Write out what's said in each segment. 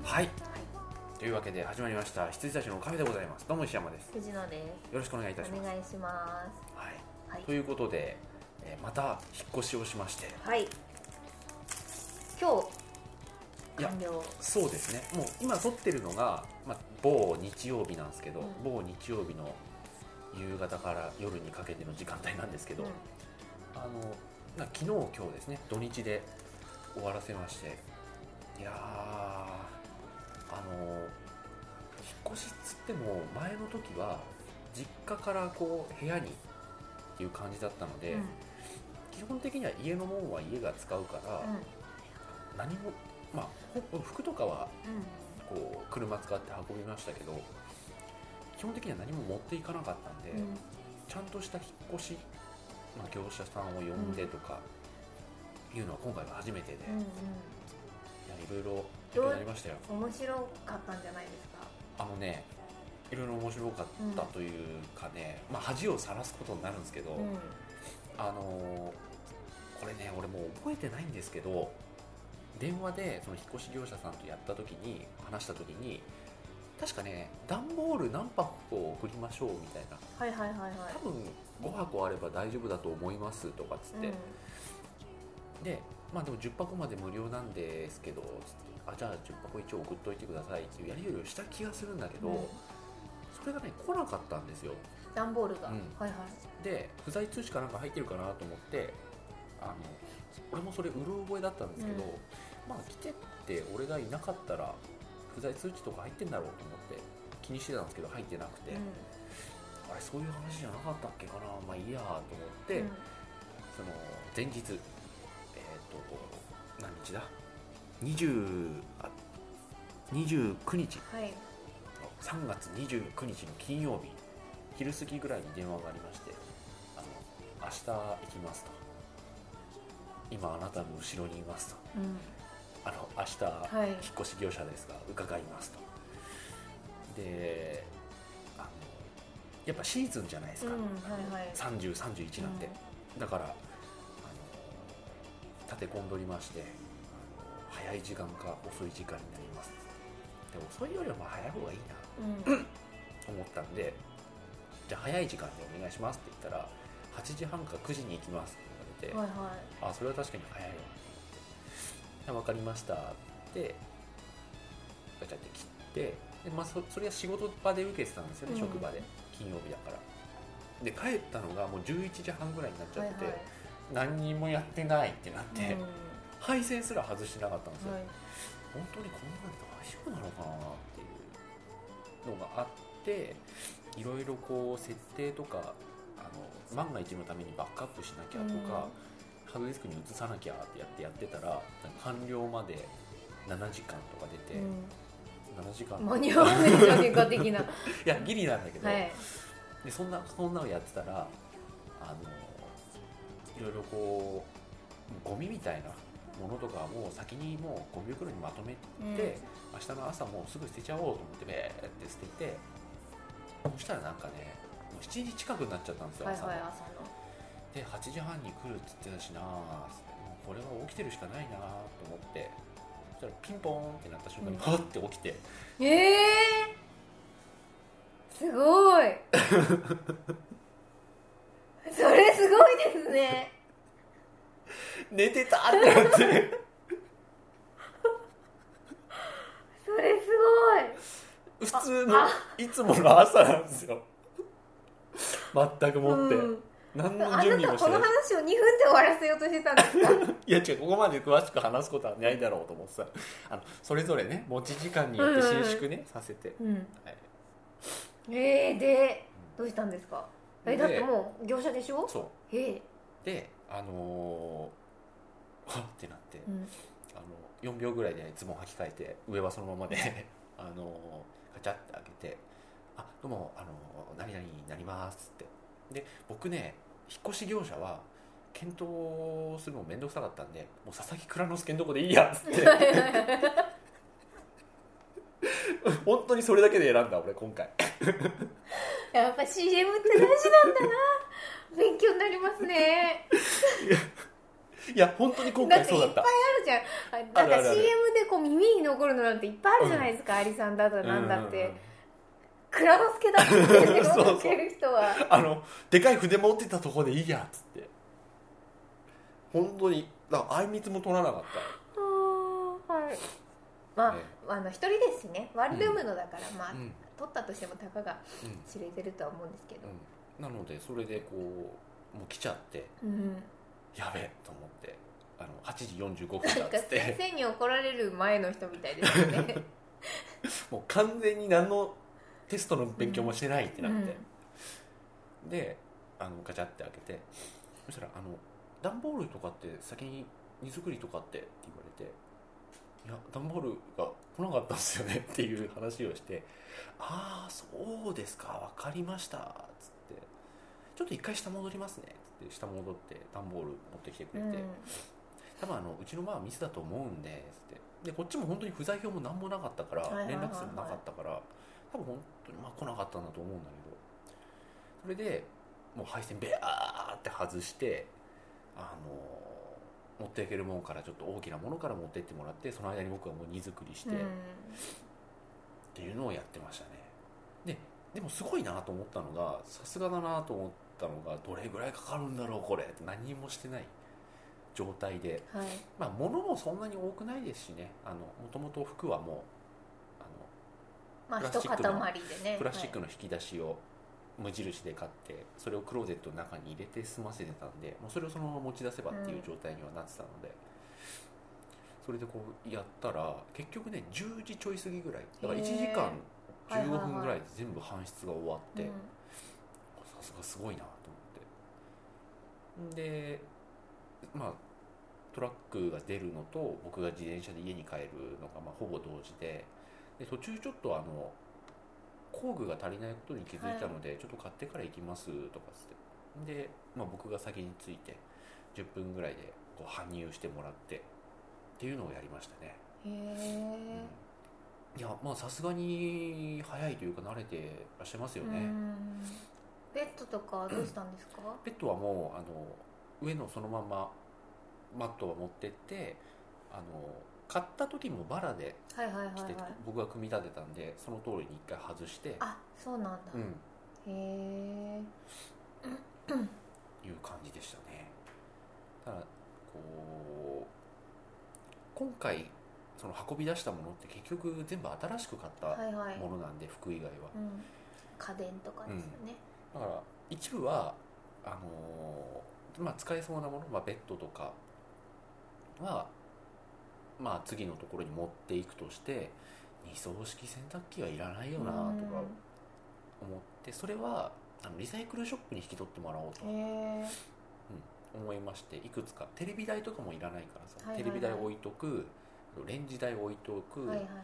はい、というわけで始まりました羊たちのカフェでございます。どうも石山です。 藤野です。 よろしくお願いいたします。 お願いします。 はい、ということで、また引っ越しをしまして、 はい、今日完了。 そうですね。もう今撮ってるのが、某日曜日なんですけど、某日曜日の夕方から夜にかけての時間帯なんですけど、昨日今日ですね、土日で終わらせまして、いやー、引っ越しっつっても前の時は実家からこう部屋にっていう感じだったので、基本的には家のもんは家が使うから、何も服とかはこう車使って運びましたけど、基本的には何も持っていかなかったんで、ちゃんとした引っ越し、業者さんを呼んでとかいうのは今回が初めてで、いろいろ勉強になりましたよ。 面白かったんじゃないですか？ いろいろ面白かったというかね、恥をさらすことになるんですけど、これね、俺もう覚えてないんですけど、電話でその引っ越し業者さんと話した時に確かね、段ボール何箱送りましょうみたいな、多分5箱あれば大丈夫だと思いますとかっつって、でも10箱まで無料なんですけどつって、じゃあ10箱一応送っといてくださいっていうやり取りをした気がするんだけど、それがね来なかったんですよ、 段ボールが。 で不在通知かなんか入ってるかなと思って、俺もそれうる覚えだったんですけど、来てって俺がいなかったら不在通知とか入ってんだろうと思って気にしてたんですけど、入ってなくて、あれそういう話じゃなかったっけかな、いいやと思って、その前日、何日だ、29日、3月29日の金曜日昼過ぎぐらいに電話がありまして、明日行きますと、今あなたの後ろにいますと、明日、引っ越し業者ですが伺いますと。で、やっぱシーズンじゃないですか、30、31なんて、だから立て込んどりまして、早い時間か遅い時間になります。でも遅いよりは早い方がいいな、と思ったんで、じゃあ早い時間でお願いしますって言ったら、8時半か9時に行きますって言われて、それは確かに早いよって、分かりましたってガチャって切って、で、それは仕事場で受けてたんですよね、職場で、金曜日だから。で帰ったのがもう11時半ぐらいになっちゃって、何にもやってないってなって、配線すら外してなかったんですよ、本当にこんなの大丈夫なのかなっていうのがあって、いろいろこう設定とか、万が一のためにバックアップしなきゃとか、ハードディスクに移さなきゃってやってたら、完了まで7時間とか出て、7時間間に合わないじゃん、結果的な。いやギリなんだけど、でそんなのをやってたら、いろいろこうゴミみたいなものとかも先にもうゴミ袋にまとめて、明日の朝もうすぐ捨てちゃおうと思ってベーって捨てて、そしたらなんかね、もう7時近くになっちゃったんですよ、朝の。で8時半に来るって言ってたしな、もうこれは起きてるしかないなと思って、そしたらピンポーンってなった瞬間にパッて起きて、 すごいそれすごいですね。 寝てたってなってそれすごい普通のいつもの朝なんですよ、全くもって、何の準備もしてない。 あなたこの話を2分で終わらせようとしてたんですか？ いや違う、ここまで詳しく話すことはないだろうと思ってさ、それぞれね、持ち時間によって伸縮ね、させて、 でどうしたんですか？だってもう業者でしょ？ そうで、はってなって、4秒ぐらいでズボン履き替えて、上はそのままでガチャって開けて、どうも何々になりますって。で僕ね、引っ越し業者は検討するのめんどくさかったんで、もう佐々木蔵之介のとこでいいやっつって本当にそれだけで選んだ俺今回やっぱ CM って大事なんだな。勉強になりますね。 いや本当に今回そうだった。 だっていっぱいあるじゃん。なんか CM でこう耳に残るのなんていっぱいあるじゃないですか、アリさんだとなんだって、蔵之介だって思ってる人はでかい筆持ってたところでいいやっつって、本当にあいみつも取らなかった。 はい、まあ、一人ですしね、ワンルームのだから、まあ、取ったとしてもたかが知れてるとは思うんですけど、 なのでそれでこうもう来ちゃって、やべえと思って8時45分だっつって、なんか先生に怒られる前の人みたいですよねもう完全に何のテストの勉強もしてないってなって、でガチャって開けて、そしたら段ボールとかって先に荷造りとかって言われて、いや段ボールが来なかったんですよねっていう話をして、ああそうですか分かりましたっつって、ちょっと一回下戻りますねっつって下戻って段ボール持ってきてくれて、多分うちのはミスだと思うんでつって、でこっちも本当に不在票も何もなかったから、連絡するもなかったから、多分本当に来なかったんだと思うんだけど、それでもう配線ベアーって外して、持っていけるものからちょっと大きなものから持ってってもらって、その間に僕はもう荷造りして、っていうのをやってましたね。でもすごいなと思ったのが、さすがだなと思ったのが、どれぐらいかかるんだろうこれって何もしてない状態で、まあ物もそんなに多くないですしね、もともと服はもうプラスチックの引き出しを無印で買って、それをクローゼットの中に入れて済ませてたんで、もうそれをそのまま持ち出せばっていう状態にはなってたので、それでこうやったら結局ね10時ちょい過ぎぐらいだから、1時間15分ぐらいで全部搬出が終わって、さすがすごいなと思って、でまあトラックが出るのと僕が自転車で家に帰るのがほぼ同時で、途中ちょっと工具が足りないことに気づいたので、ちょっと買ってから行きますとかつって、で、僕が先に着いて10分ぐらいでこう搬入してもらってっていうのをやりましたね。いやさすがに早いというか慣れてらっしゃいますよね。 ベッドとかどうしたんですか？ ベッドはもう上のそのままマットを持ってって買った時もバラで来て、僕が組み立てたんでその通りに一回外して、 あ、そうなんだ、へえいう感じでしたね。ただこう今回その運び出したものって結局全部新しく買ったものなんで、服以外は、 家電とかですよね。 だから一部は使えそうなもの、ベッドとかは次のところに持っていくとして、二層式洗濯機はいらないよなとか思って、それはリサイクルショップに引き取ってもらおうと、思いまして、いくつかテレビ台とかもいらないからさ、テレビ台置いとく、レンジ台置いとく、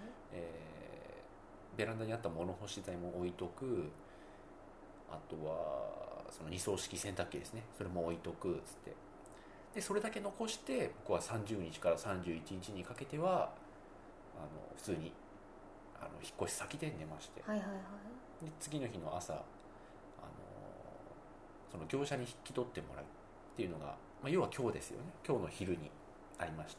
ベランダにあった物干し台も置いとく、あとはその二層式洗濯機ですね、それも置いとくっつって、でそれだけ残して僕は30日から31日にかけては普通に引っ越し先で寝まして、で次の日の朝その業者に引き取ってもらうっていうのが、要は今日ですよね。今日の昼にありまして、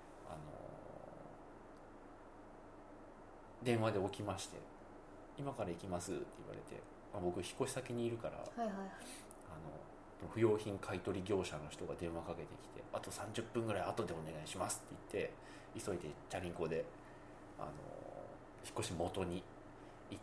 電話で起きまして、今から行きますって言われて、僕引っ越し先にいるから、不用品買取業者の人が電話かけてきて、あと30分ぐらい後でお願いしますって言って、急いでチャリンコで引っ越し元に行って、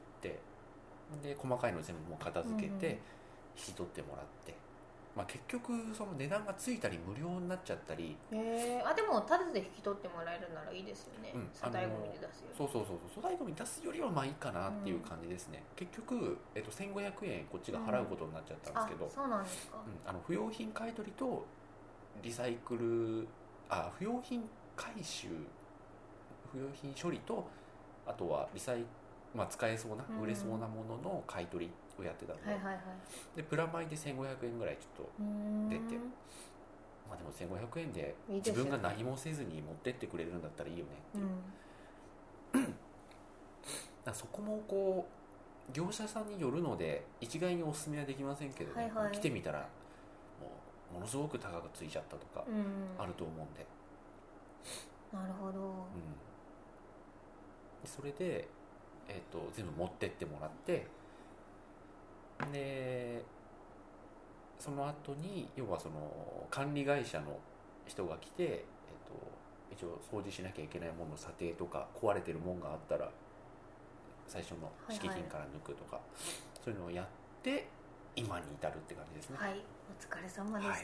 で細かいの全部もう片付けて引き取ってもらって、結局その値段がついたり無料になっちゃったり、 でもタダで引き取ってもらえるならいいですよね。粗大ゴミで出すより、 そう粗大ゴミ出すよりはいいかなっていう感じですね。結局、1500円こっちが払うことになっちゃったんですけど、 そうなんですか。 不用品買取とリサイクル不用品回収、不用品処理と、あとは使えそうな売れそうなものの買い取りをやってたので、でプラマイで1500円ぐらいちょっと出て、でも1500円で自分が何もせずに持ってってくれるんだったらいいよねっていう、だそこもこう業者さんによるので一概にお勧めはできませんけどね、来てみたらもものすごく高くついちゃったとかあると思うんで、 なるほど、 それで、全部持ってってもらって、でその後に要はその管理会社の人が来て、一応掃除しなきゃいけないものの査定とか、壊れてるもんがあったら最初の敷金から抜くとか、そういうのをやって今に至るって感じですね。 はい、お疲れ様でした、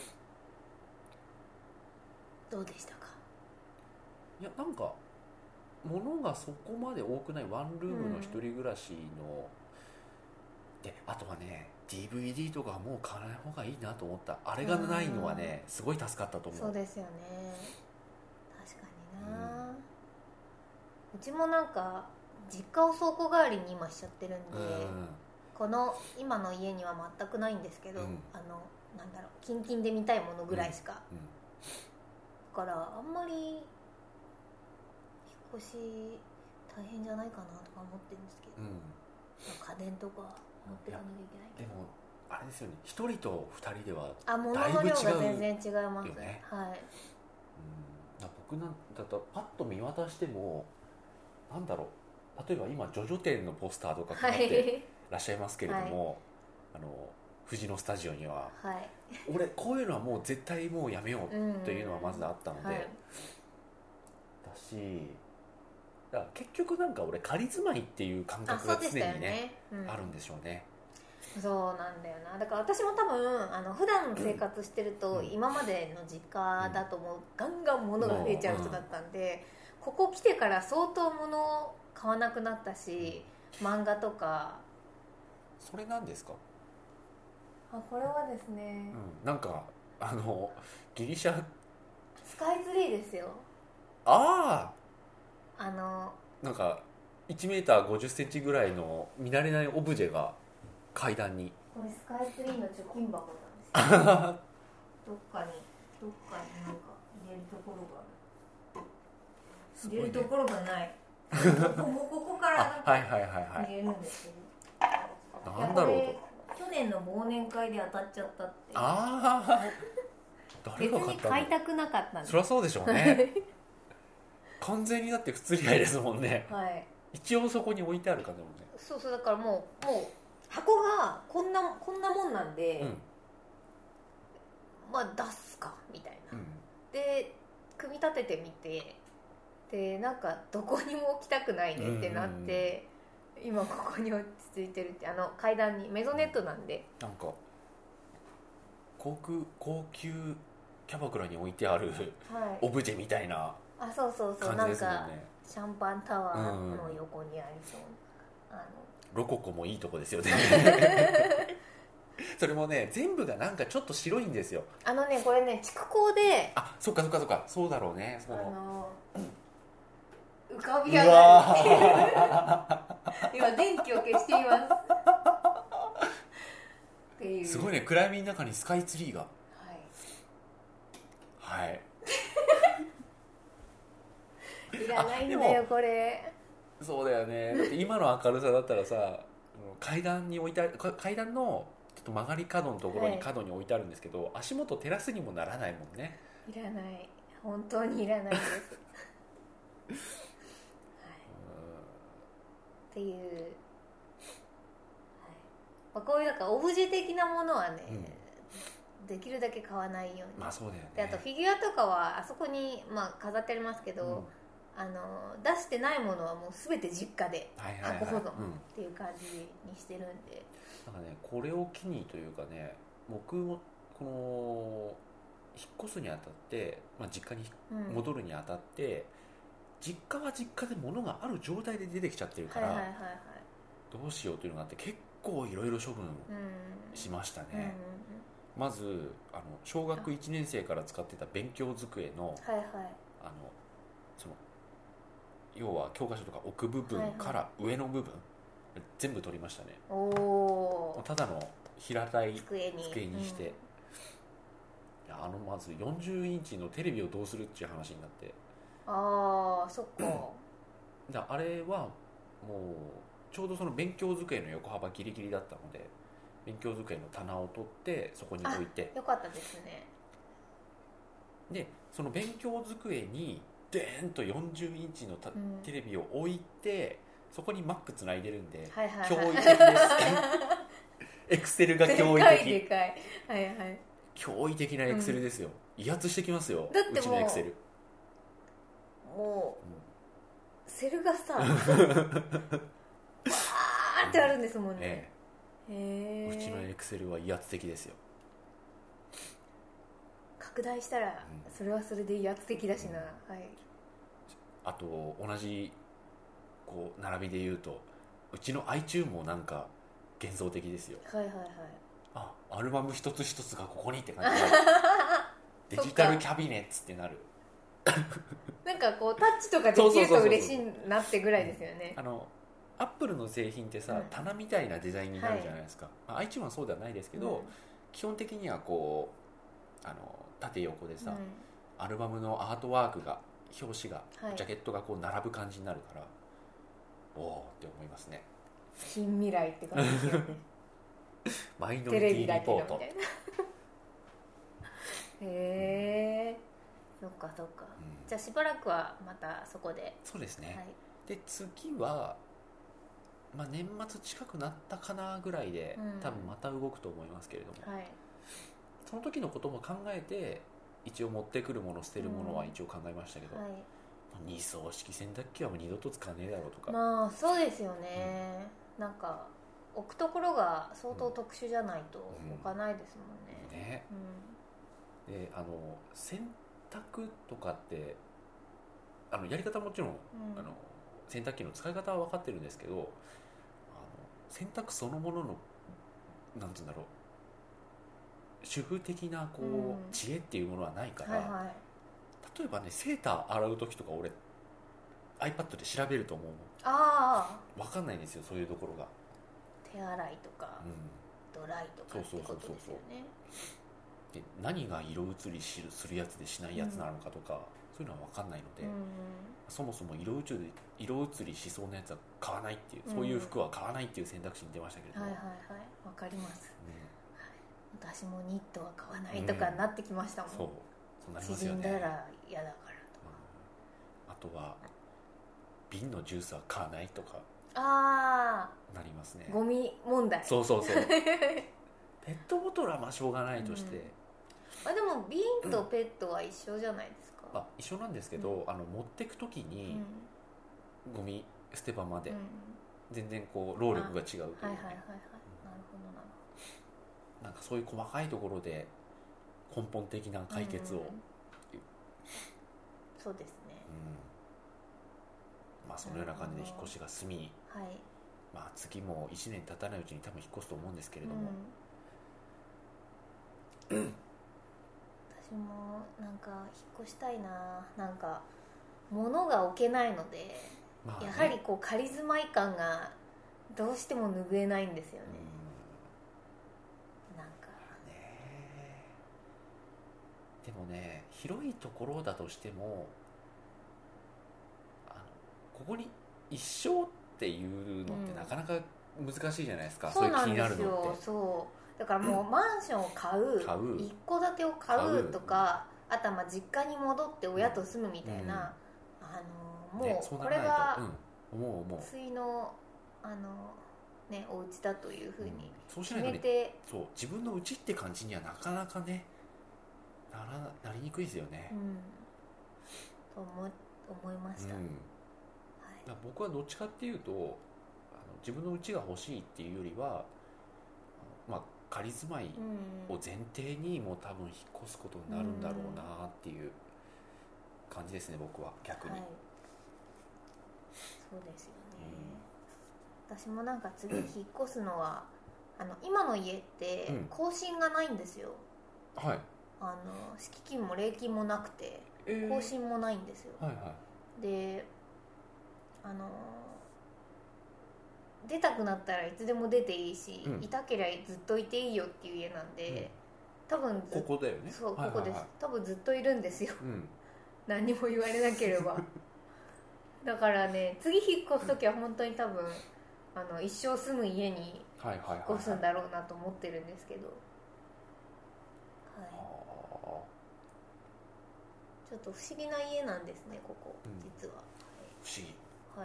どうでしたか？ いや、なんか物がそこまで多くない、ワンルームの一人暮らしの、であとはね DVD とかもう買わない方がいいなと思った。あれがないのはねすごい助かったと思う。 そうですよね、確かにな、うちもなんか実家を倉庫代わりに今しちゃってるんで、この今の家には全くないんですけど、なんだろう、キンキンで見たいものぐらいしか、だからあんまり引っ越し大変じゃないかなとか思ってるんですけど、家電とか持っていかなきゃいけないけど、 でもあれですよね、1人と2人では物だいぶ違うの量が全然違いますよね。 僕なんだとパッと見渡しても、なんだろう、例えば今ジョジョ店のポスターとか配ってらっしゃいますけれども、藤野スタジオには、俺こういうのはもう絶対もうやめようというのはまずあったので、だし、だから結局なんか俺仮住まいっていう感覚が常にね、あるんでしょうね。 そうなんだよな。だから私も多分普段生活してると、今までの実家だともうガンガン物が増えちゃう人だったんで、ここ来てから相当物買わなくなったし、漫画とか。 それなんですか？ これはですね、 なんかギリシャスカイツリーですよ。 なんか1メーター50センチぐらいの見慣れないオブジェが階段に。 これスカイツリーの貯金箱なんですよ。どっかになんか入れるところがある。入れるところがない。ここから入れるんですけど。 なんだろうと。 去年の忘年会で当たっちゃったって。 誰が買ったの？別に買いたくなかったんです。 そりゃそうでしょうね。完全にだって不釣り合いですもんね。一応そこに置いてある感じもね。 そうだからもう箱がこんなもんなんで、まあ出すかみたいな、で組み立ててみて、でなんかどこにも置きたくないねってなって、今ここに落ち着いてるって。階段にメゾネットなんで、 なんか高級キャバクラに置いてあるオブジェみたいなそう感じですもんね。 なんかシャンパンタワーの横にありそうな、 ロココもいいとこですよね。それもね全部がなんかちょっと白いんですよ。 これね蓄光で、 そっかそうだろうね。 浮かび上がる。今電気を消していますっていう。 すごいね、暗闇の中にスカイツリーが。 いらないんだよこれ。 そうだよね。だって今の明るさだったらさ、階段に置いてある、階段のちょっと曲がり角のところに角に置いてあるんですけど、足元照らすにもならないもんね。 いらない、本当にいらないです。っていう、こういうなんかオブジェ的なものはね、できるだけ買わないように。 そうだよね。 であとフィギュアとかはあそこに、飾ってありますけど、出してないものはもう全て実家で箱保存っていう感じにしてるんで、 なんかね、これを機にというかね、僕もこの引っ越すにあたって、実家に戻るにあたって、実家は実家で物がある状態で出てきちゃってるから、どうしようというのがあって結構いろいろ処分しましたね。まず小学1年生から使ってた勉強机の、その要は教科書とか置く部分から上の部分、全部取りましたね。ただの平たい机にして、まず40インチのテレビをどうするっていう話になって、 そっか。 あれはもうちょうどその勉強机の横幅ギリギリだったので、 勉強机の棚を取ってそこに置いて、 よかったですね。 でその勉強机にデーンと40インチのテレビを置いて、そこに Mac つないでるんで、 はいはいはい、 驚異的ですエクセルが驚異的、 でかいはいはい、 驚異的なエクセルですよ、威圧してきますよ。 だってもううちのエクセルもう、セルがさわーってあるんですもんね、 うちのエクセルは威圧的ですよ。 拡大したらそれはそれで威圧的だしな、はい、 あと同じこう並びで言うと、うちの iTune もなんか幻想的ですよ。 はいはいはい、 あ、アルバム一つ一つがここにって感じでデジタルキャビネッツってなるなんかこうタッチとかできると嬉しいなってぐらいですよね。 アップルの製品ってさ、棚みたいなデザインになるじゃないですか、はい、iTune はそうではないですけど、基本的にはこう縦横でさ、アルバムのアートワークが、表紙が、ジャケットがこう並ぶ感じになるから、おおって思いますね。 近未来って感じですよねマイノリティリポート。 へえ、そっかそっか、じゃあしばらくはまたそこで。 そうですね、 はい、 で次は、年末近くなったかなぐらいで、多分また動くと思いますけれども、 はい、 その時のことも考えて一応持ってくるもの捨てるものは一応考えましたけど、二層式洗濯機はもう二度と使わねえだろうとか。 まあそうですよね、なんか置くところが相当特殊じゃないと置かないですもんね、 で洗濯とかってやり方もちろん、洗濯機の使い方は分かってるんですけど、洗濯そのもののなんていうんだろう、主婦的なこう、知恵っていうものはないから、 はいはい、 例えばね、セーター洗う時とか俺 iPad で調べると思うの。分かんないんですよ、そういうところが。 手洗いとか、ドライとかってことですよね。 で何が色移りするやつでしないやつなのかとか、そういうのは分かんないので、そもそも色移りしそうなやつは買わないっていう、そういう服は買わないっていう選択肢に出ましたけれども、 はいはいはい、分かります、私もニットは買わないとかになってきましたもん、 そうなりますよね。 縮んだら嫌だからとか、 あとは瓶のジュースは買わないとかなりますね。 ゴミ問題。 そうペットボトルはまあしょうがないとして、 でも瓶とペットは一緒じゃないですか。 一緒なんですけど、持ってくときに、ゴミ捨て場まで、全然こう労力が違うという、 はいはいはいはい、なるほどなるほど。 なんかそういう細かいところで根本的な解決を、 そうですね、 そのような感じで引っ越しが済み、次も1年経たないうちに多分引っ越すと思うんですけれども、 私もなんか引っ越したいな。なんか物が置けないので、やはりこう仮住まい感がどうしても拭えないんですよね。なんかね、でもね、広いところだとしてもここに一生っていうのってなかなか難しいじゃないですか、そういう気になるのって。 そうだからもうマンションを買う一戸建てを買うとか、あとは実家に戻って親と住むみたいな、もうこれが対のお家だというふうに決めて、 そう自分の家って感じにはなかなかねなりにくいですよね、 と思いました、 僕はどっちかっていうと自分の家が欲しいっていうよりは、仮住まいを前提にもう多分引っ越すことになるんだろうなっていう感じですね、僕は逆に、 そうですよね、私もなんか次引っ越すのは今の家って更新がないんですよ、敷金も礼金もなくて更新もないんですよ、で出たくなったらいつでも出ていいし、いたけりゃずっといていいよっていう家なんで、多分ここだよね。 そう、ここです、多分ずっといるんですよ、何も言われなければだからね、次引っ越す時は本当に多分一生住む家に過ごすんだろうなと思ってるんですけど、はい、ちょっと不思議な家なんですねここ、実は、 不思議、 はい、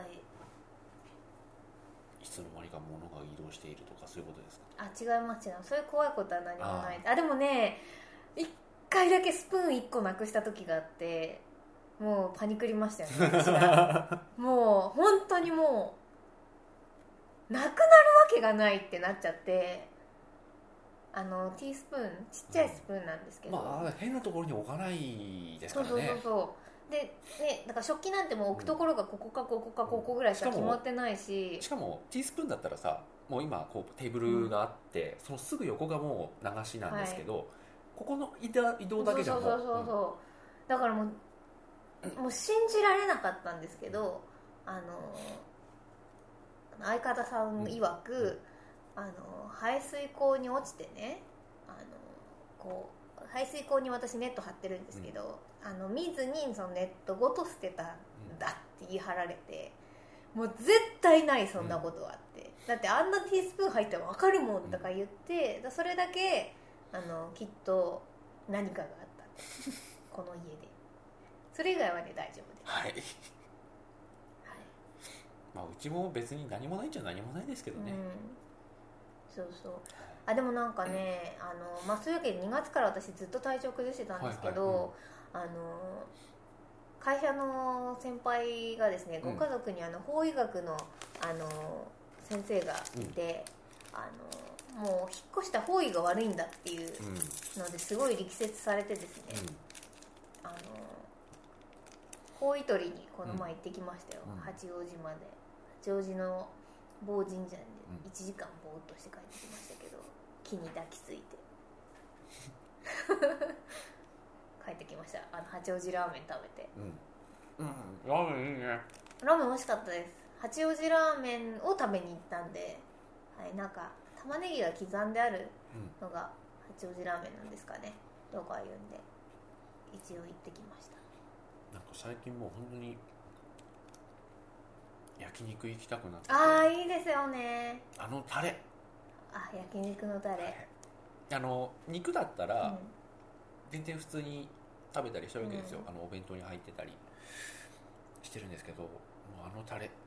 いつの間にか物が移動しているとかそういうことですか？ 違います。そういう怖いことは何もない。でもね、1回だけスプーン1個なくした時があって、もうパニクりましたよね私はもう本当にもうなくなるわけがないってなっちゃって、ティースプーン、ちっちゃいスプーンなんですけど、 変なところに置かないですからね。 そうでね、だから食器なんてもう置くところがここかここかここぐらいしか決まってないし、 しかもティースプーンだったらさ、もう今こうテーブルがあって、そのすぐ横がもう流しなんですけど、ここの移動だけじゃもうそうだからもう信じられなかったんですけど、相方さん曰く、排水口に落ちてね、こう排水口に私ネット張ってるんですけど、見ずにそのネットごと捨てたんだって言い張られて、もう絶対ないそんなことはって、だってあんなティースプーン入ったら分かるもんとか言って、それだけきっと何かがあったこの家で。それ以外はね大丈夫です。 はい、まあ、うちも別に何もないっちゃ何もないですけどね、 そうでもなんかね、そういうわけで2月から私ずっと体調崩してたんですけど、会社の先輩がですね、ご家族に法医学の、先生がいて、もう引っ越した方位が悪いんだっていうのですごい力説されてですね、方位取りにこの前行ってきましたよ、八王子まで。八王子の某神社で1時間ぼーっとして帰ってきましたけど、木に抱きついて帰ってきました。八王子ラーメン食べて、 ラーメンいいね。 ラーメン美味しかったです。八王子ラーメンを食べに行ったんで、なんか玉ねぎが刻んであるのが八王子ラーメンなんですかねとか言うんで一応行ってきました。 なんか最近もう本当に焼肉行きたくなってて、いいですよね、 タレ。 焼肉のタレ、 肉だったら全然普通に食べたりしたわけですよ、お弁当に入ってたりしてるんですけど、もうタレ、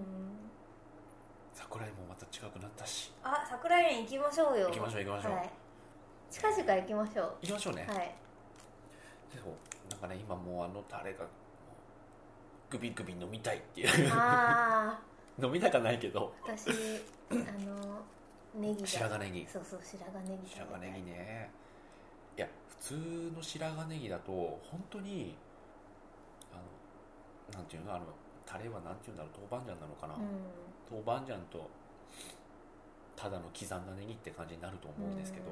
桜井もまた近くなったし、 桜井園行きましょうよ。 行きましょう、 近々行きましょう。 行きましょうね。でもなんかね、今もうタレがグビグビ飲みたいっていう飲みたかないけど、 私ネギが白髪ネギ、 そう白髪ネギ、 白髪ネギね。いや普通の白髪ネギだと本当になんていうの、タレはなんていうんだろう、豆板醤なのかな、豆板醤とただの刻んだネギって感じになると思うんですけど、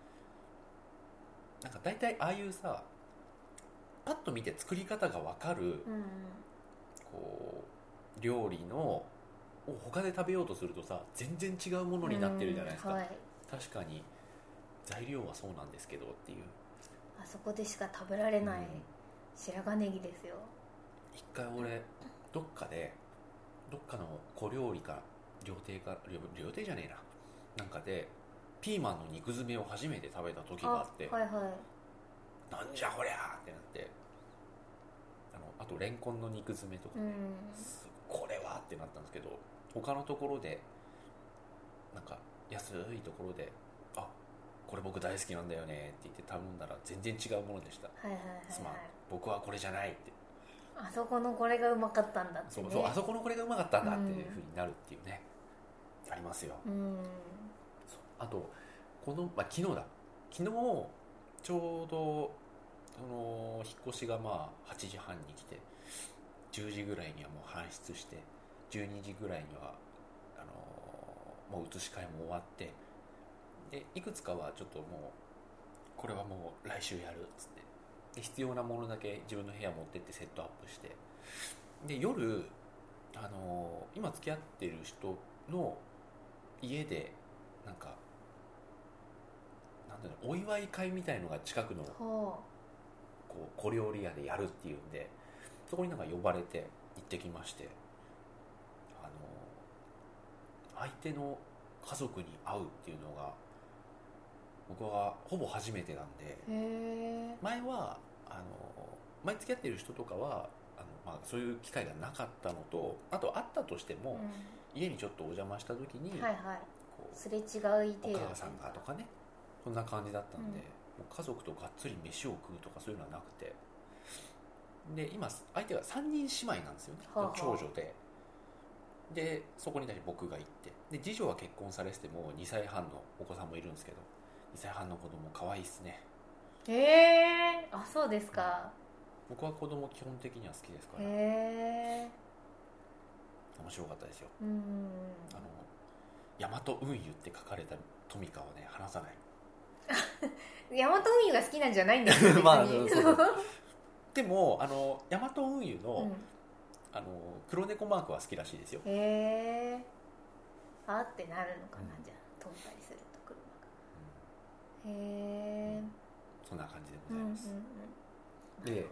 なんか大体ああいうさ、パッと見て作り方が分かる、こう料理のを他で食べようとするとさ、全然違うものになってるじゃないですか、確かに材料はそうなんですけどっていう、 あそこでしか食べられない白髪ネギですよ。 一回俺どっかの小料理か料亭じゃねえな、なんかでピーマンの肉詰めを初めて食べた時があって、なんじゃこりゃってなって、あとレンコンの肉詰めとかね、これはってなったんですけど、他のところでなんか安いところでこれ僕大好きなんだよねって言って頼んだら全然違うものでした。すまん、僕はこれじゃないって、 あそこのこれがうまかったんだってね、 そうあそこのこれがうまかったんだっていう風になるっていうね、ありますよ。あと昨日ちょうど引っ越しが8時半に来て、10時ぐらいにはもう搬出して、12時ぐらいにはもう移し替えも終わって、でいくつかはちょっともうこれはもう来週やるっつって、で必要なものだけ自分の部屋持ってってセットアップして、で夜今付き合ってる人の家でなんかお祝い会みたいのが近くのこう小料理屋でやるっていうんで、そこになんか呼ばれて行ってきまして、相手の家族に会うっていうのが僕はほぼ初めてなんで、前は前付き合ってる人とかはそういう機会がなかったのと、あと会ったとしても、家にちょっとお邪魔した時に、こうすれ違い程度、 お母さんがとかね、そんな感じだったんで、もう家族とがっつり飯を食うとかそういうのはなくて、で今相手が3人姉妹なんですよね、長女で。でそこに僕が行って、で次女は結婚されてても2歳半のお子さんもいるんですけど、2歳半の子供可愛いっすね。 あ、そうですか。 僕は子供基本的には好きですから、面白かったですよ。大和運輸って書かれたトミカはね離さない。 大和運輸が好きなんじゃないんですよまあそうでも大和運輸の、黒猫マークは好きらしいですよ。 あってなるのかな、じゃあ飛んだりすると車が。 そんな感じでございます。で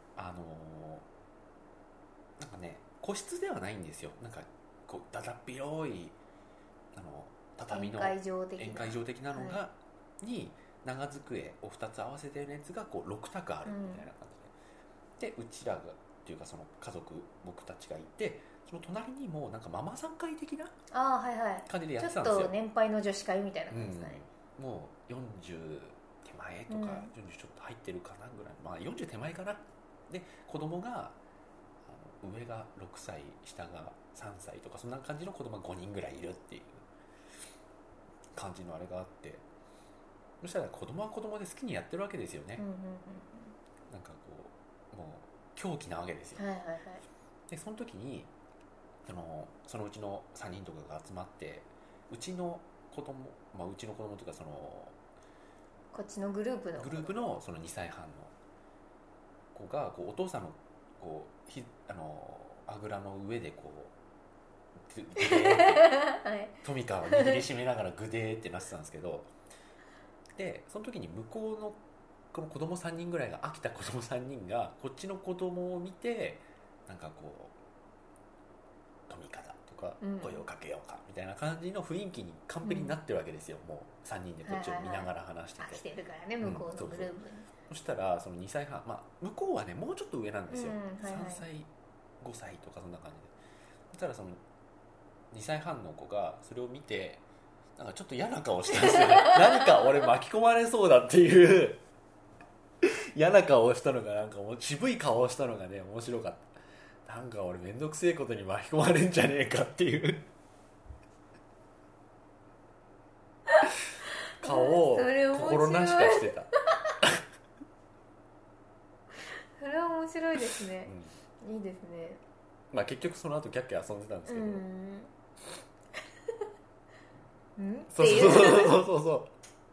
なんかね、個室ではないんですよ。なんかこうだだっ広い畳の宴会場的なのが、に長机を2つ合わせてるやつがこう6択あるみたいな感じで、でうちらがっていうかその家族、僕たちがいて、その隣にもなんかママさん会的な感じでやってたんですよ。 ちょっと年配の女子会みたいな感じですね。 もう40手前とか、40ちょっと入ってるかなぐらい、まあ40手前かな。で子供が上が6歳下が3歳とか、そんな感じの子供が5人ぐらいいるっていう感じのあれがあって、そしたら子供は子供で好きにやってるわけですよね。なんかこうもう狂気なわけですよ。でその時にそのうちの3人とかが集まって、うちの子供、うちの子供というかこっちのグループのその2歳半の子がこうお父さんのこうあぐらの上でこうグデートミカを握りしめながらグデーってなってたんですけど、でその時に向こうのこの子供3人ぐらいが飽きた子供3人がこっちの子供を見て、なんかこうトミカだとか声をかけようかみたいな感じの雰囲気に完璧になってるわけですよ。もう3人でこっちを見ながら話してて、 飽きてるからね、向こうのグループに。 そしたらその2歳半、向こうはねもうちょっと上なんですよ、3歳5歳とかそんな感じで。そしたらその2歳半の子がそれを見て、なんかちょっと嫌な顔したんですよね。何か俺巻き込まれそうだっていう嫌な顔をしたのが、なんかもう渋い顔をしたのがね面白かった。なんか俺めんどくせえことに巻き込まれんじゃねえかっていう顔を心なしかしてた。 それは面白いですね、いいですね。 結局その後キャッキャ遊んでたんですけど、そう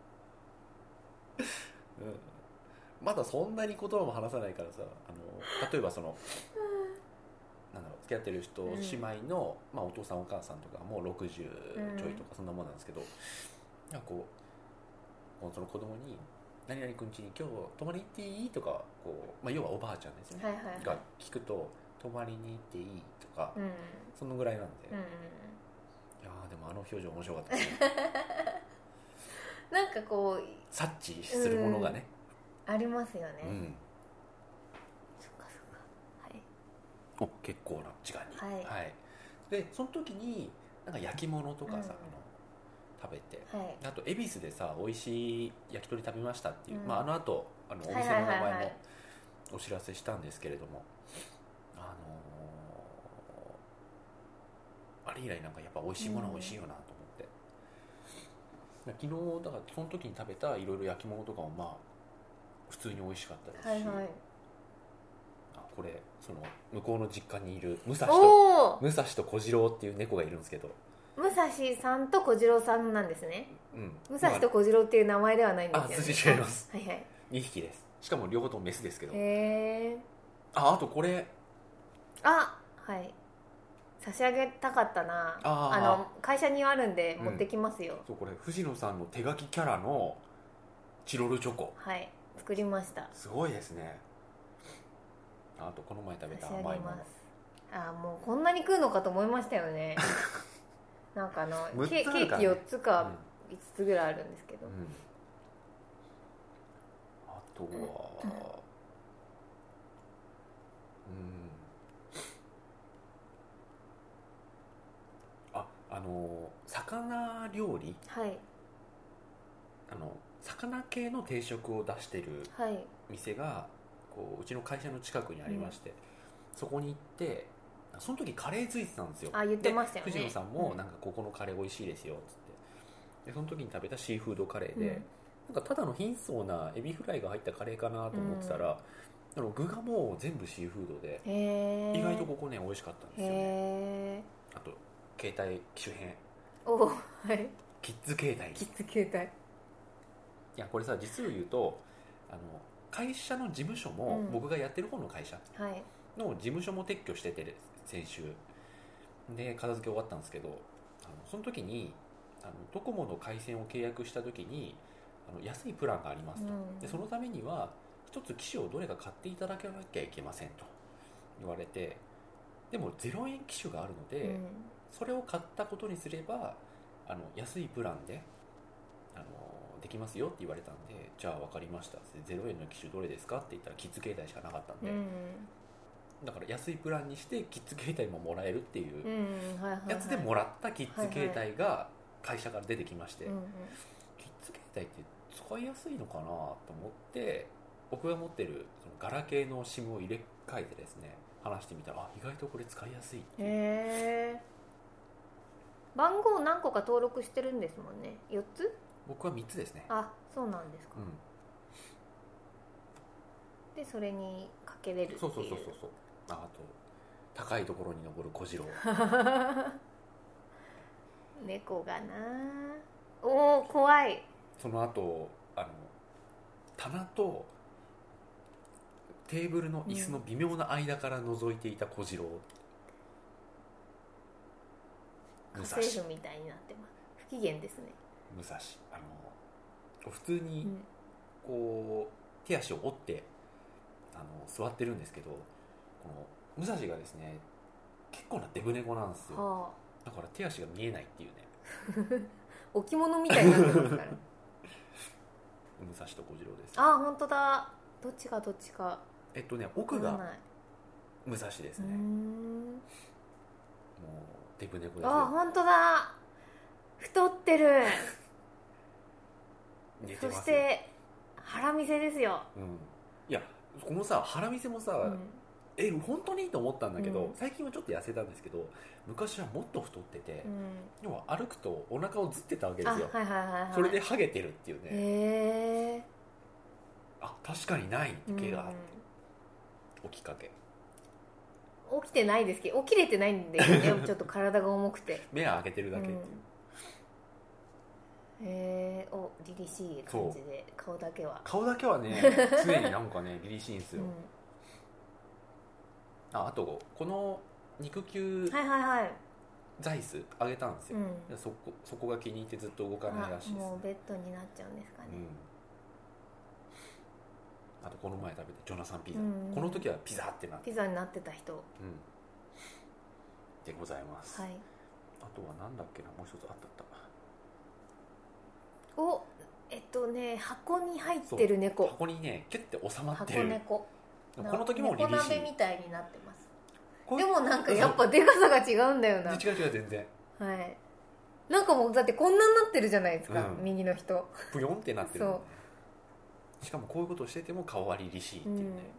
まだそんなに言葉も話さないからさ、例えばそのなんだろう、付き合ってる人、姉妹の、お父さんお母さんとかもう60ちょいとかそんなもんなんですけど、なんかこうその子供に何々くん家に今日泊まりに行っていいとかこう、要はおばあちゃんですよね、が聞くと泊まりに行っていいとか、そのぐらいなんで、いやでも表情面白かったですね。 なんかこう察知するものがね、 ありますよね。そっかそっか、 結構な時間に、でその時になんか焼き物とかさ、食べて、あと恵比寿でさ美味しい焼き鳥食べましたっていう、あの後お店の名前もお知らせしたんですけれども、あれ以来なんかやっぱ美味しいものは美味しいよなと思って、昨日だからその時に食べたいろいろ焼き物とかも普通に美味しかったですし、これその向こうの実家にいる武蔵と小次郎っていう猫がいるんですけど、 武蔵さんと小次郎さんなんですね。武蔵と小次郎っていう名前ではないんですよね。 違います、2匹です。しかも両方ともメスですけど、あとこれ差し上げたかったな。会社にあるんで持ってきますよ。 これ藤野さんの手書きキャラのチロルチョコ、 作りました。 すごいですね。あとこの前食べた甘いもの、 もうこんなに食うのかと思いましたよね。 なんか 6 ケつあるからねーキ4つか5つぐらいあるんですけど、 あとは魚料理、 はい、 魚系の定食を出してるはい、 店がうちの会社の近くにありまして、そこに行ってその時カレーついてたんですよ。 あ、言ってましたよね。 藤野さんもなんかここのカレー美味しいですよっつって、でその時に食べたシーフードカレーで、なんかただの貧相なエビフライが入ったカレーかなと思ってたら、具がもう全部シーフードで、意外とここね美味しかったんですよね。あと携帯機種編、 はい、 キッズ携帯。 キッズ携帯、 いやこれさ、実を言うと会社の事務所も、僕がやってる方の会社の事務所も撤去してて、先週で片付け終わったんですけど、その時にドコモの回線を契約した時に安いプランがありますと、でそのためには一つ機種をどれか買っていただかなきゃいけませんと言われて、でも0円機種があるので、それを買ったことにすれば安いプランでできますよって言われたんで、じゃあ分かりました、0円の機種どれですかって言ったらキッズ携帯しかなかったんで、だから安いプランにしてキッズ携帯ももらえるっていうやつでもらったキッズ携帯が会社から出てきまして、キッズ携帯って使いやすいのかなと思って、僕が持ってるそのガラケーの SIM を入れ替えてですね話してみたら、意外とこれ使いやすいっていう。 番号何個か登録してるんですもんね。4つ？ 僕は3つですね。 あ、そうなんですか。でそれにかけれるっていう。 そうあと高いところに登る小次郎猫がな、おお怖い。 その後棚とテーブルの椅子の微妙な間から覗いていた小次郎、 家政婦みたいになってます。不機嫌ですね。 武蔵普通にこう手足を折って座ってるんですけど、この武蔵がですね結構なデブ猫なんですよ、だから手足が見えないっていうね置物みたいになってますから武蔵と小次郎です。 あ、本当だ。どっちがどっちか奥が武蔵ですね。もうデブ猫ですよ。 あ、本当だ。太ってるそして腹見せですよ。 いやこのさ腹見せもさ、本当にと思ったんだけど、最近はちょっと痩せたんですけど、昔はもっと太ってて、要は歩くとお腹をずってたわけですよ。それでハゲてるっていうね。あ、確かにない毛が起きかけ。 起きてないですけど、起きれてないんですよねちょっと体が重くて目は開けてるだけっていう。 凛々しい感じで、顔だけはね常になんかね凛々しいんですよ、あとこの肉球座椅子あげたんですよ、そこが気に入ってずっと動かないらしいです、 もうベッドになっちゃうんですかね、 あとこの前食べたジョナサンピザ、この時はピザってなってピザになってた人、 でございます、あとはなんだっけな、もう一つあった。 箱に入ってる猫。 箱にねキュッて収まってる箱猫。 この時も凛々しい。 猫鍋みたいになってます。でもなんかやっぱでかさが違うんだよな。 違う全然。 はい。なんかもうだってこんなになってるじゃないですか、右の人。 ぷよんってなってる、ね。しかもこういうことをしてても顔は凛々しいっていうね。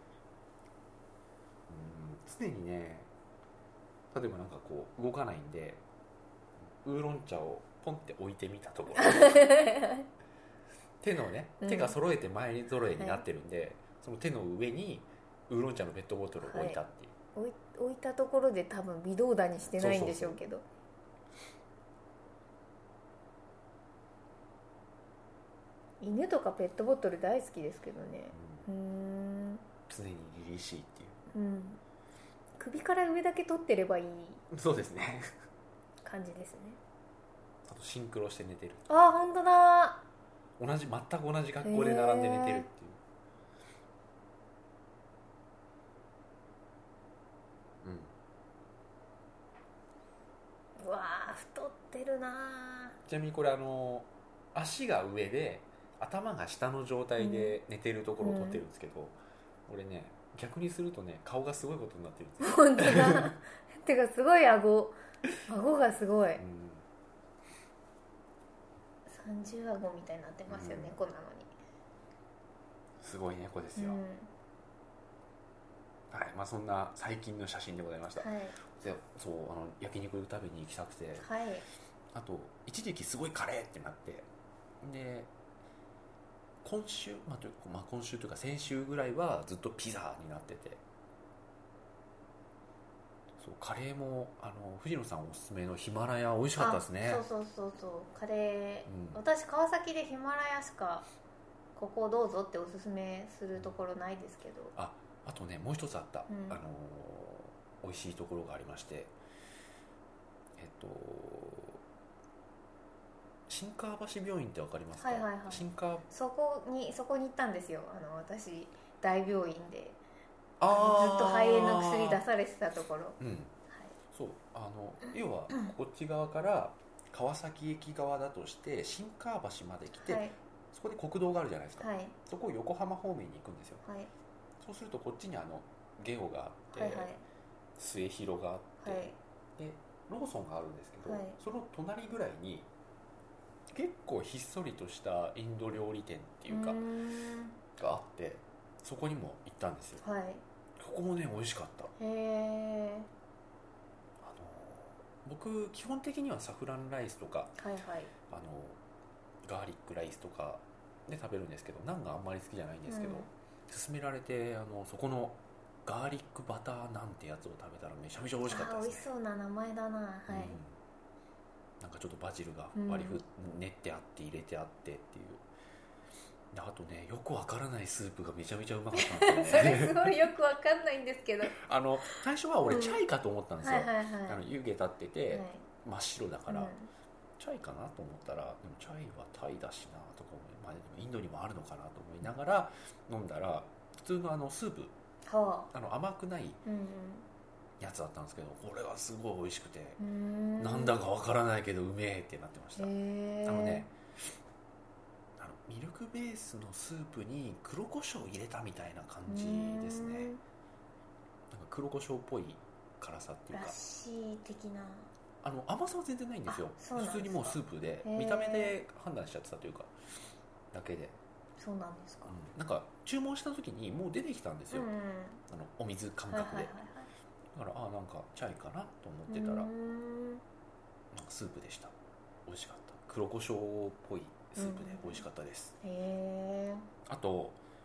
常にね、例えばなんかこう動かないんでウーロン茶をポンって置いてみたところ手のね、手が揃えて前揃えになってるんで、その手の上にウーロン茶のペットボトルを置いたっていう、 置いたところで多分微動だにしてないんでしょうけど、犬とかペットボトル大好きですけどね、 常に凛々しいっていう、 首から上だけ取ってればいい、 そうですね感じですね。 あとシンクロして寝てる。 あ、本当だ。 全く同じ格好で並んで寝てるっていう、 うわ太ってるな。 ちなみにこれ足が上で頭が下の状態で寝てるところを撮ってるんですけど、俺ね逆にするとね顔がすごいことになってるんですよ。 本当だてかすごい顎がすごい、三重顎みたいになってますよね、猫なのに。 すごい猫ですよ、はい、まあそんな最近の写真でございました、 はい、 でそう焼肉食べに行きたくて、 はい、 あと一時期すごいカレーってなって、で今週、今週というか先週ぐらいはずっとピザになってて、そうカレーも藤野さんおすすめのヒマラヤ美味しかったですね。 そうカレー、私川崎でヒマラヤしかここどうぞっておすすめするところないですけど、 あとねもう一つあった、美味しいところがありまして、新川橋病院ってわかりますか？ はいはいはい、そこに行ったんですよ。私大病院でずっと肺炎の薬出されてたところ、 そう要はこっち側から川崎駅側だとして新川橋まで来て、そこで国道があるじゃないですか、そこを横浜方面に行くんですよ、そうするとこっちにゲオがあって、末広があって、でローソンがあるんですけど、その隣ぐらいに結構ひっそりとしたインド料理店っていうかがあって、そこにも行ったんですよ、ここもね美味しかった。僕基本的にはサフランライスとか、ガーリックライスとかで食べるんですけど、ナンがあんまり好きじゃないんですけど、勧められてそこのガーリックバターナンってやつを食べたらめちゃめちゃ美味しかったですね。 美味しそうな名前だな、 なんかちょっとバジルが割り練ってあって入れてあってっていう、あとねよくわからないスープがめちゃめちゃうまかったんですよねそれすごいよくわかんないんですけど最初は俺チャイかと思ったんですよ、湯気立ってて、真っ白だから、チャイかなと思ったら、でもチャイはタイだしなとか思い、でもインドにもあるのかなと思いながら飲んだら、普通のスープ、甘くないやつだったんですけど、これがすごい美味しくて、なんだかわからないけどうめえってなってました。ミルクベースのスープに黒胡椒を入れたみたいな感じですね。なんか黒胡椒っぽい辛さっていうか、 ラッシー的な甘さは全然ないんですよ。普通にもうスープで見た目で判断しちゃってたというかだけで。 そうなんですか、 なんか注文した時にもう出てきたんですよ、お水感覚で、だからなんかチャイかなと思ってたら、なんかスープでした。美味しかった。黒胡椒っぽいスープで美味しかったです、あと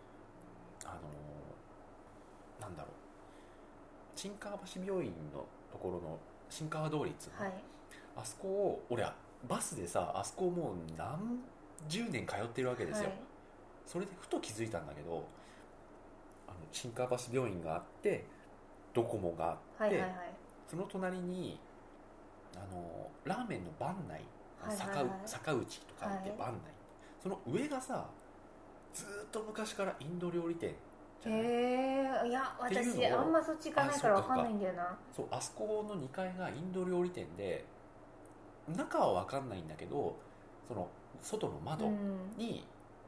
なんだろう、新川橋病院のところの新川通りっつうの、あそこを俺バスでさ、あそこもう何十年通ってるわけですよ、それでふと気づいたんだけど、新川橋病院があってドコモがあって、その隣にラーメンの番内、坂内とかって番内、その上がさ、ずっと昔からインド料理店じゃない。 いや私あんまそっち行かないから分かんないんだよな。 そう、あそこの2階がインド料理店で、中は分かんないんだけど、その外の窓に、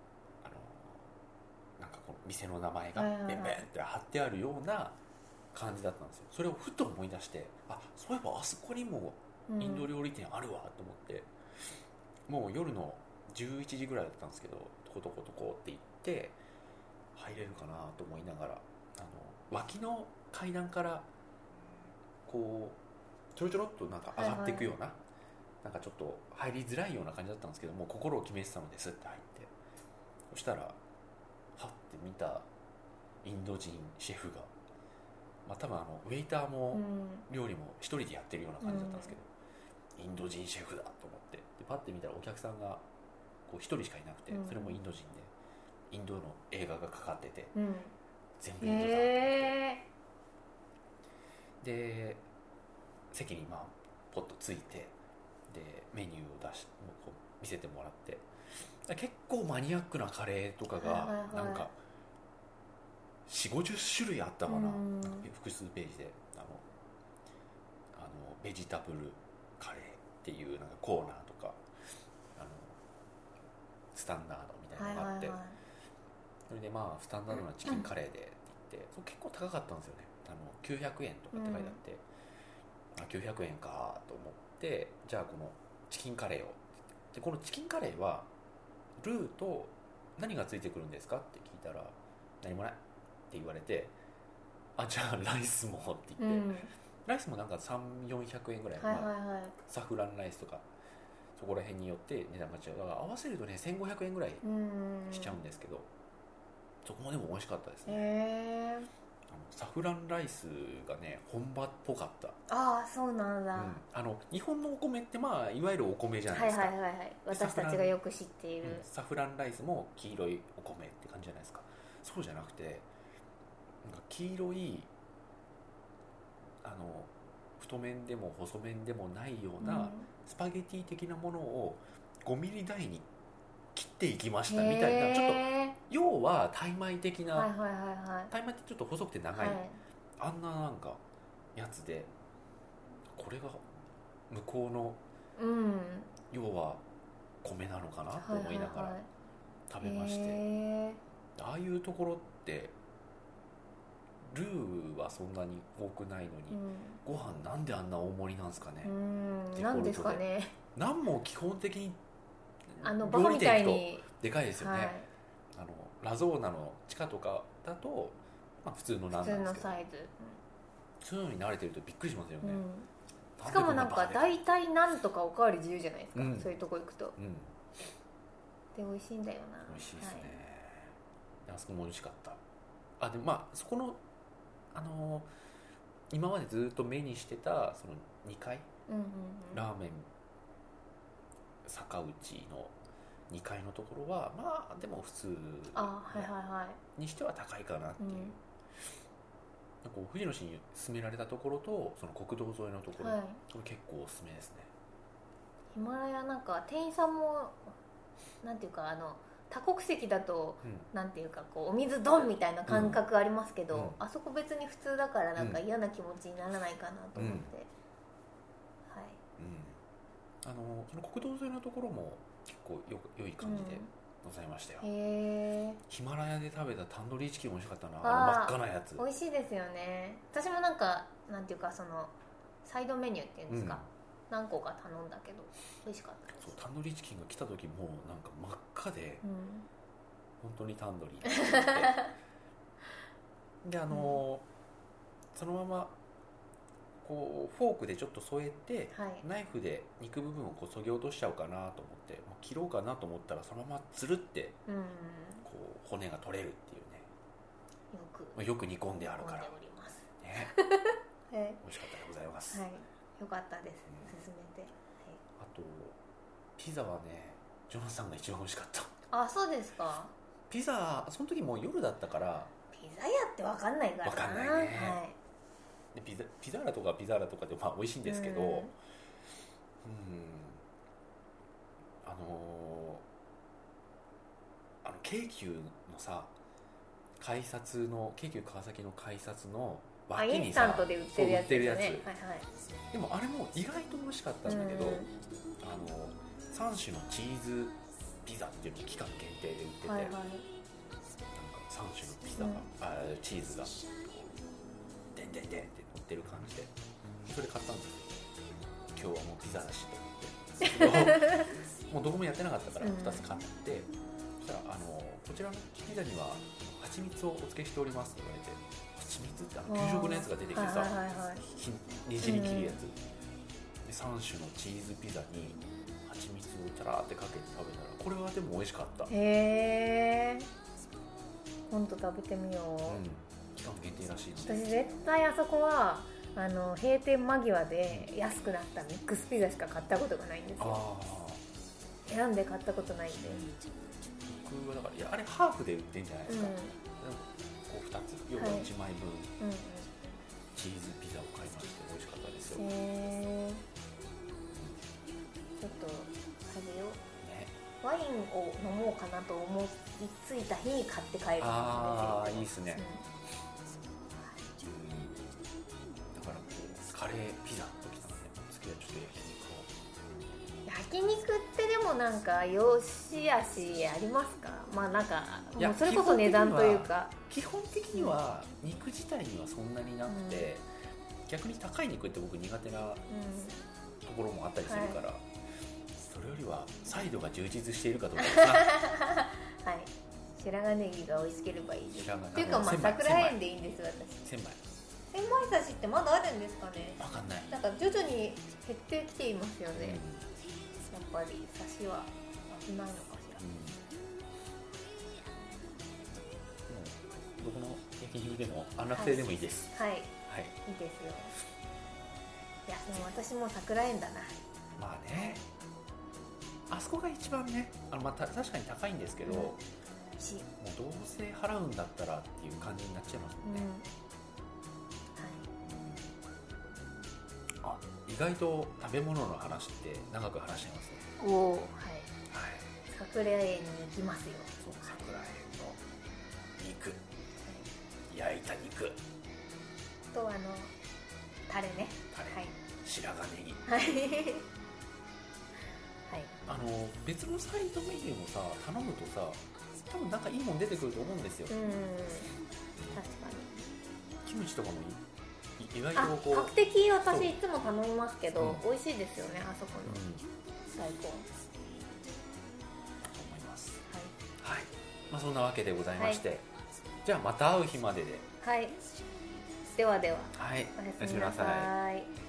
なんかこの店の名前がベンベンって貼ってあるような感じだったんですよ。それをふと思い出して、そういえばあそこにもインド料理店あるわと思って、もう夜の11時ぐらいだったんですけど、トコトコトコって行って入れるかなと思いながら、脇の階段からこうちょろちょろっとなんか上がっていくような、なんかちょっと入りづらいような感じだったんですけども、心を決めてたのでスッて入って、そしたらはって見たインド人シェフが、多分ウェイターも料理も一人でやってるような感じだったんですけど、インド人シェフだと思って、でパッて見たらお客さんがこう一人しかいなくて、それもインド人でインドの映画がかかってて、全部インドだと思って、で席にポッとついて、でメニューを出しこう見せてもらって、結構マニアックなカレーとかがなんか 4,50 種類あったかな、複数ページでベジタブルカレー、 っていうなんかコーナーとかスタンダードみたいなのがあって、それでまあスタンダードなチキンカレーでって言って、結構高かったんですよね。900円とかって書いてあって、900円かと思って、じゃあこのチキンカレーをで、このチキンカレーはルーと何がついてくるんですかって聞いたら、何もないって言われて、じゃあライスもって言って、ライスもなんか300-400円ぐらい、サフランライスとかそこら辺によって値段が違う。だから合わせるとね1500円ぐらいしちゃうんですけど、そこもでも美味しかったですね。サフランライスがね本場っぽかった。 ああそうなんだ、 日本のお米ってまあいわゆるお米じゃないですか。 私たちがよく知っている、 サフランライスも黄色いお米って感じじゃないですか。そうじゃなくて、なんか黄色い太麺でも細麺でもないようなスパゲティ的なものを5ミリ台に切っていきましたみたいな、ちょっと要はタイ米的な、タイ米ってちょっと細くて長い、あんななんかやつで、これが向こうの、要は米なのかなと思いながら食べまして、ああいうところってルーはそんなに多くないのに、ご飯なんであんな大盛りなんですかね。 なんですかね。 なんも基本的にバカみたいにでかいですよね。ラゾーナの地下とかだと、普通のなんですけど、 普通のサイズ、 そういうのに慣れてるとびっくりしますよね。 しかもなんか大体なんとかおかわり自由じゃないですか、そういうとこ行くと、で美味しいんだよな。 美味しいですね、あそこも美味しかった。でまあそこの今までずっと目にしてたその2階、ラーメン坂内の2階のところはまあでも普通にしては高いかなっていう、なんか藤野氏に勧められたところとその国道沿いのところ、これ結構おすすめですね。 ヒマラヤなんか店員さんもなんていうか多国籍だと、なんていうかこうお水ドンみたいな感覚ありますけど、あそこ別に普通だからなんか嫌な気持ちにならないかなと思って、 その国道沿いのところも結構良い感じでございましたよ。ヒマラヤで食べたタンドリーチキン美味しかったな。真っ赤なやつ美味しいですよね。私もなんかなんていうかそのサイドメニューっていうんですか、何個か頼んだけど美味しかったです。 そうタンドリーチキンが来た時もなんか真っ赤で、本当にタンドリーでそのままこうフォークでちょっと添えて、ナイフで肉部分をこう削ぎ落としちゃおうかなと思って切ろうかなと思ったらそのままつるって、こう骨が取れるっていうね。よく煮込んであるからね美味しかったでございます。 よかったです、進めて、 あとピザはねジョナさんが一番美味しかった。 そうですか。 ピザその時もう夜だったからピザ屋って分かんないからな。 分かんないね、でピザーラとかでまあ美味しいんですけど、京急のさ改札の京急川崎の改札の脇にさインスタントで売ってるやつですね。 でもあれも意外と美味しかったんだけど、3種のチーズピザっていうのを期間限定で売ってて、なんか3種のピザが、チーズがでんでんでんって乗ってる感じで、それ買ったんですよ。今日はもうピザだしと思ってもうどこもやってなかったから2つ買って、そしたらこちらのピザには蜂蜜をお付けしておりますって言われて、蜂蜜って給食のやつが出てきてさ、ねじり切るやつで3種のチーズピザに蜂蜜をたらーってかけて食べたら、これはでも美味しかった。 今度食べてみよう、 期間限定らしいので。私絶対あそこは閉店間際で安くなったミックスピザしか買ったことがないんですよ。選んで買ったことないんで。 僕はだからあれハーフで売ってんじゃないですか、こう2つ要は1枚分、チーズピザを買いまして美味しかったですよ。 ちょっと食べよう、ワインを飲もうかなと思いついた日に買って帰るんですよ。 いいですね、だからこうカレーピザときたらね、次はちょっと焼肉を焼肉ってでもなんか良し悪しありますか？まあなんかもうそれこそ値段というか、 基本的には肉自体にはそんなになくて、逆に高い肉って僕苦手なところもあったりするから、それよりはサイドが充実しているかどうかですなはい、 白髪ネギが美味しければいいですっていうか、まあ桜園でいいんです。私千枚刺しってまだあるんですかね？ 分かんない。 なんか徐々に減ってきていますよね、やっぱり刺しは危ないのかしら、 どこの焼肉でも安楽亭でもいいです。 はい、はいはい、いいですよ。いやでも私も桜園だな。 まあね、あそこが一番ね、まあ、確かに高いんですけど、もうどうせ払うんだったらっていう感じになっちゃいますもんね、意外と食べ物の話って長く話してますね。 おお、はい、はい、桜園に行きますよ。 そう、桜園の肉、焼いた肉とタレね、 タレ、はい、白髪ネギ、 はいはい、 別のサイドメニューもさ頼むとさ、多分なんかいいもん出てくると思うんですよ。確かにキムチとかも意外とこう、 角的私いつも頼みますけど、美味しいですよね、あそこの大根、と思います。はい、はい、まあ、そんなわけでございまして、じゃあまた会う日までで、 はい、ではでは、 はい、 おやすみなさい。